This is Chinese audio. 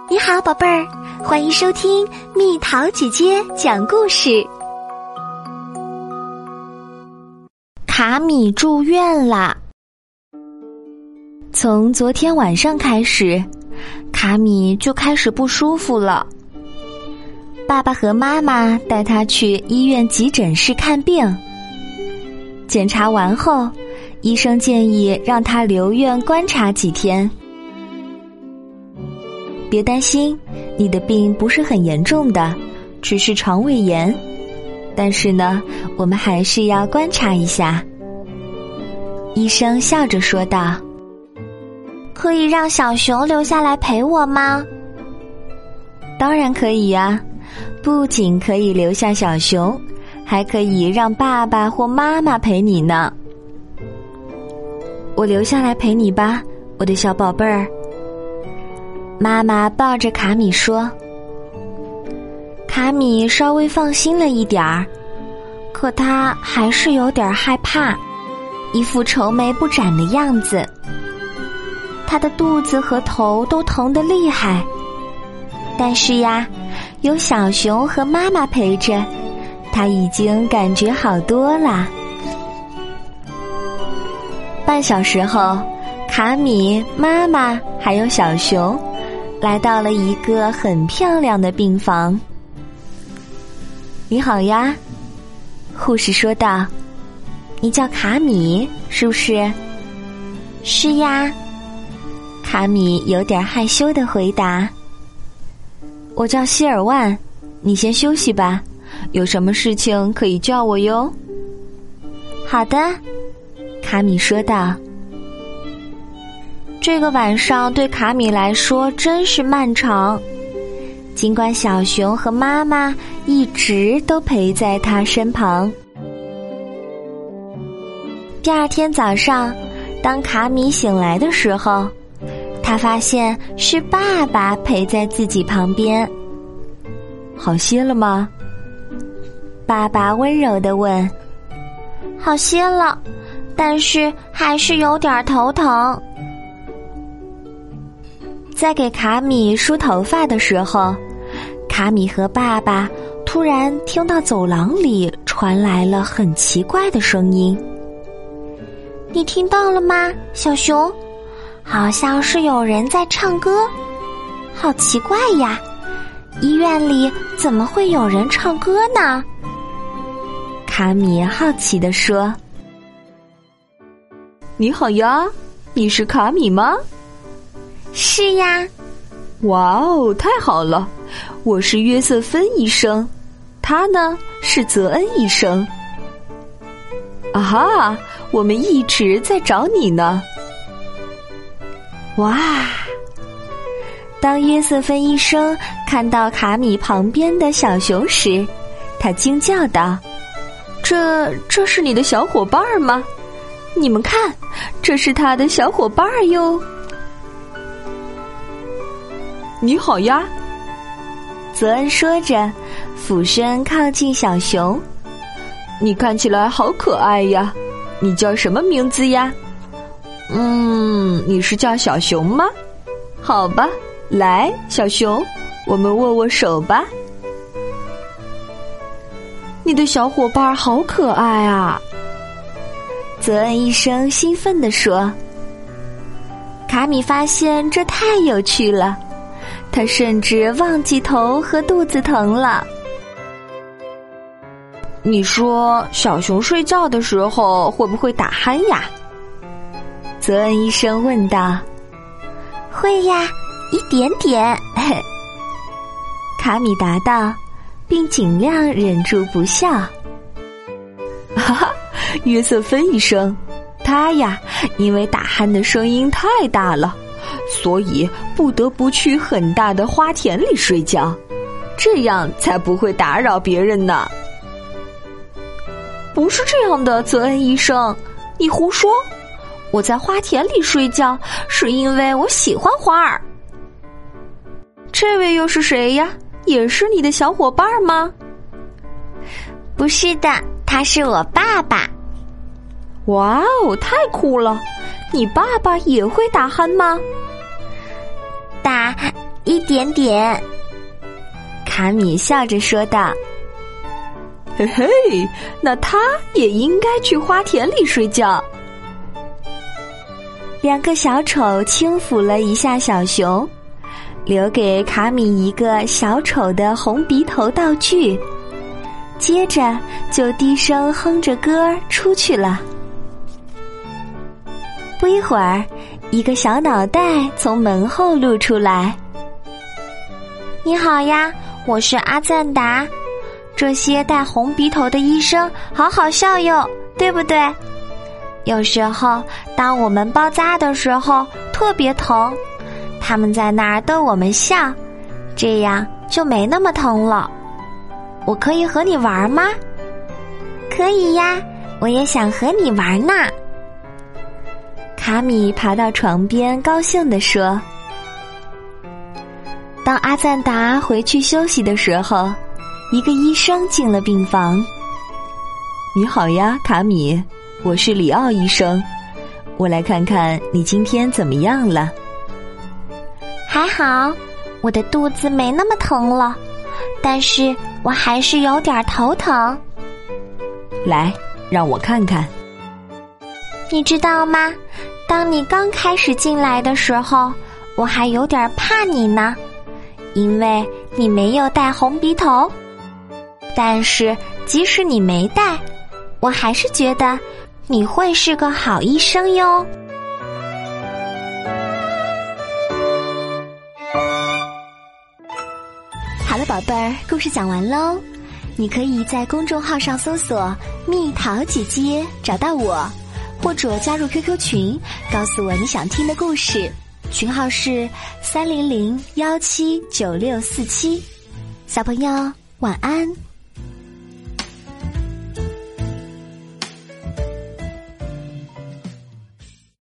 你好，宝贝儿，欢迎收听蜜桃姐姐讲故事。卡米住院啦！从昨天晚上开始，卡米就开始不舒服了。爸爸和妈妈带他去医院急诊室看病。检查完后，医生建议让他留院观察几天。别担心，你的病不是很严重的，只是肠胃炎。但是呢，我们还是要观察一下。医生笑着说道：“可以让小熊留下来陪我吗？”当然可以呀，不仅可以留下小熊，还可以让爸爸或妈妈陪你呢。我留下来陪你吧，我的小宝贝儿。妈妈抱着卡米说。卡米稍微放心了一点儿，可他还是有点害怕，一副愁眉不展的样子。他的肚子和头都疼得厉害，但是呀，有小熊和妈妈陪着，他已经感觉好多了。半小时后，卡米、妈妈还有小熊来到了一个很漂亮的病房。你好呀，护士说道。你叫卡米，是不是？是呀，卡米有点害羞地回答。我叫希尔万，你先休息吧，有什么事情可以叫我哟。好的，卡米说道。这个晚上对卡米来说真是漫长，尽管小熊和妈妈一直都陪在他身旁。第二天早上，当卡米醒来的时候，他发现是爸爸陪在自己旁边。好些了吗？爸爸温柔地问。好些了，但是还是有点头疼。在给卡米梳头发的时候，卡米和爸爸突然听到走廊里传来了很奇怪的声音。你听到了吗，小熊？好像是有人在唱歌。好奇怪呀，医院里怎么会有人唱歌呢？卡米好奇地说。 你好呀，你是卡米吗？ 是呀。 哇哦，太好了，我是约瑟芬医生，他呢是泽恩医生。啊哈，我们一直在找你呢。 哇！当约瑟芬医生看到卡米旁边的小熊时，他惊叫道：“ 这是你的小伙伴吗？你们看，这是他的小伙伴哟。”你好呀， 泽恩说着，俯身靠近小熊。 你看起来好可爱呀，你叫什么名字呀？你是叫小熊吗？好吧，来，小熊，我们握握手吧。你的小伙伴好可爱啊！ 泽恩医生兴奋地说。卡米发现这太有趣了，他甚至忘记头和肚子疼了。 你说小熊睡觉的时候会不会打鼾呀？ 泽恩医生问道。会呀，一点点。卡米答道，并尽量忍住不笑。 哈哈，约瑟芬医生，他呀，因为打鼾的声音太大了，所以不得不去很大的花田里睡觉，这样才不会打扰别人呢。不是这样的，泽恩医生，你胡说！我在花田里睡觉，是因为我喜欢花儿。这位又是谁呀？也是你的小伙伴吗？ 不是的，他是我爸爸。 哇哦，太酷了！你爸爸也会打鼾吗？ 一点点。 卡米笑着说道。 嘿嘿，那他也应该去花田里睡觉。 2个小丑轻抚了一下小熊，留给卡米一个小丑的红鼻头道具，接着就低声哼着歌出去了。不一会儿，一个小脑袋从门后露出来。 你好呀，我是阿赞达。这些戴红鼻头的医生好好笑哟，对不对？有时候当我们包扎的时候特别疼，他们在那儿逗我们笑，这样就没那么疼了。我可以和你玩吗？可以呀，我也想和你玩呢。 卡米爬到床边高兴地说。当阿赞达回去休息的时候，一个医生进了病房。 你好呀，卡米，我是里奥医生，我来看看你今天怎么样了。 还好，我的肚子没那么疼了，但是我还是有点头疼。 来，让我看看。 你知道吗？当你刚开始进来的时候，我还有点怕你呢，因为你没有戴红鼻头。但是即使你没戴，我还是觉得你会是个好医生哟。 好了，宝贝儿，故事讲完喽。你可以在公众号上搜索蜜桃姐姐找到我，或者加入 QQ 群，告诉我你想听的故事，群号是300179647。小朋友晚安。